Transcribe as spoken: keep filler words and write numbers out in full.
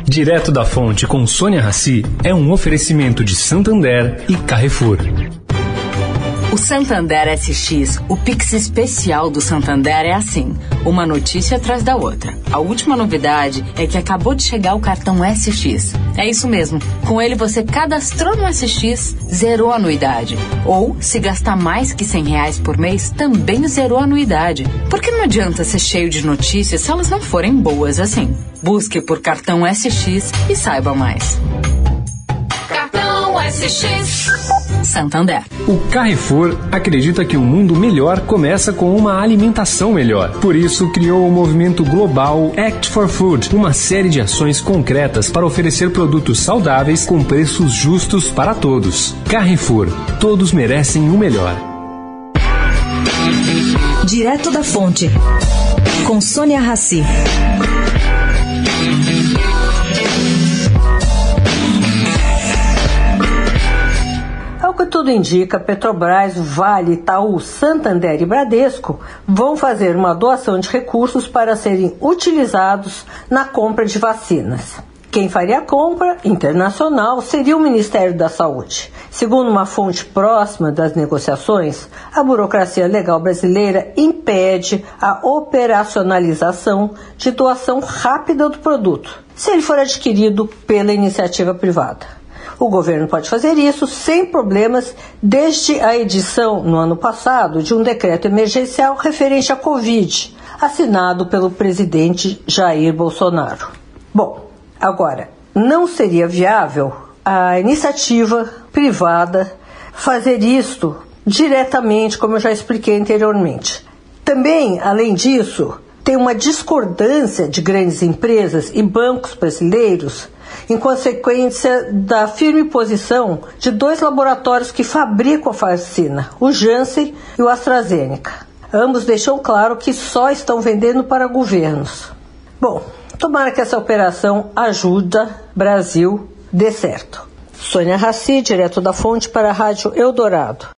Direto da Fonte com Sônia Rassi é um oferecimento de Santander e Carrefour. O Santander S X, o Pix especial do Santander é assim, uma notícia atrás da outra. A última novidade é que acabou de chegar o cartão S X. É isso mesmo, com ele você cadastrou no S X, zerou a anuidade. Ou, se gastar mais que cem reais por mês, também zerou a anuidade. Porque não adianta ser cheio de notícias se elas não forem boas assim. Busque por cartão S X e saiba mais. Cartão S X Santander. O Carrefour acredita que um mundo melhor começa com uma alimentação melhor. Por isso, criou o movimento global Act for Food, uma série de ações concretas para oferecer produtos saudáveis com preços justos para todos. Carrefour, todos merecem o melhor. Direto da Fonte, com Sônia Rassi. Ao que tudo indica, Petrobras, Vale, Itaú, Santander e Bradesco vão fazer uma doação de recursos para serem utilizados na compra de vacinas. Quem faria a compra internacional seria o Ministério da Saúde. Segundo uma fonte próxima das negociações, a burocracia legal brasileira impede a operacionalização de doação rápida do produto, se ele for adquirido pela iniciativa privada. O governo pode fazer isso sem problemas desde a edição, no ano passado, de um decreto emergencial referente à Covid, assinado pelo presidente Jair Bolsonaro. Bom, agora, não seria viável a iniciativa privada fazer isto diretamente, como eu já expliquei anteriormente. Também, além disso, tem uma discordância de grandes empresas e bancos brasileiros em consequência da firme posição de dois laboratórios que fabricam a vacina, o Janssen e o AstraZeneca. Ambos deixam claro que só estão vendendo para governos. Bom, tomara que essa operação Ajuda Brasil dê certo. Sônia Rassi, direto da Fonte para a Rádio Eldorado.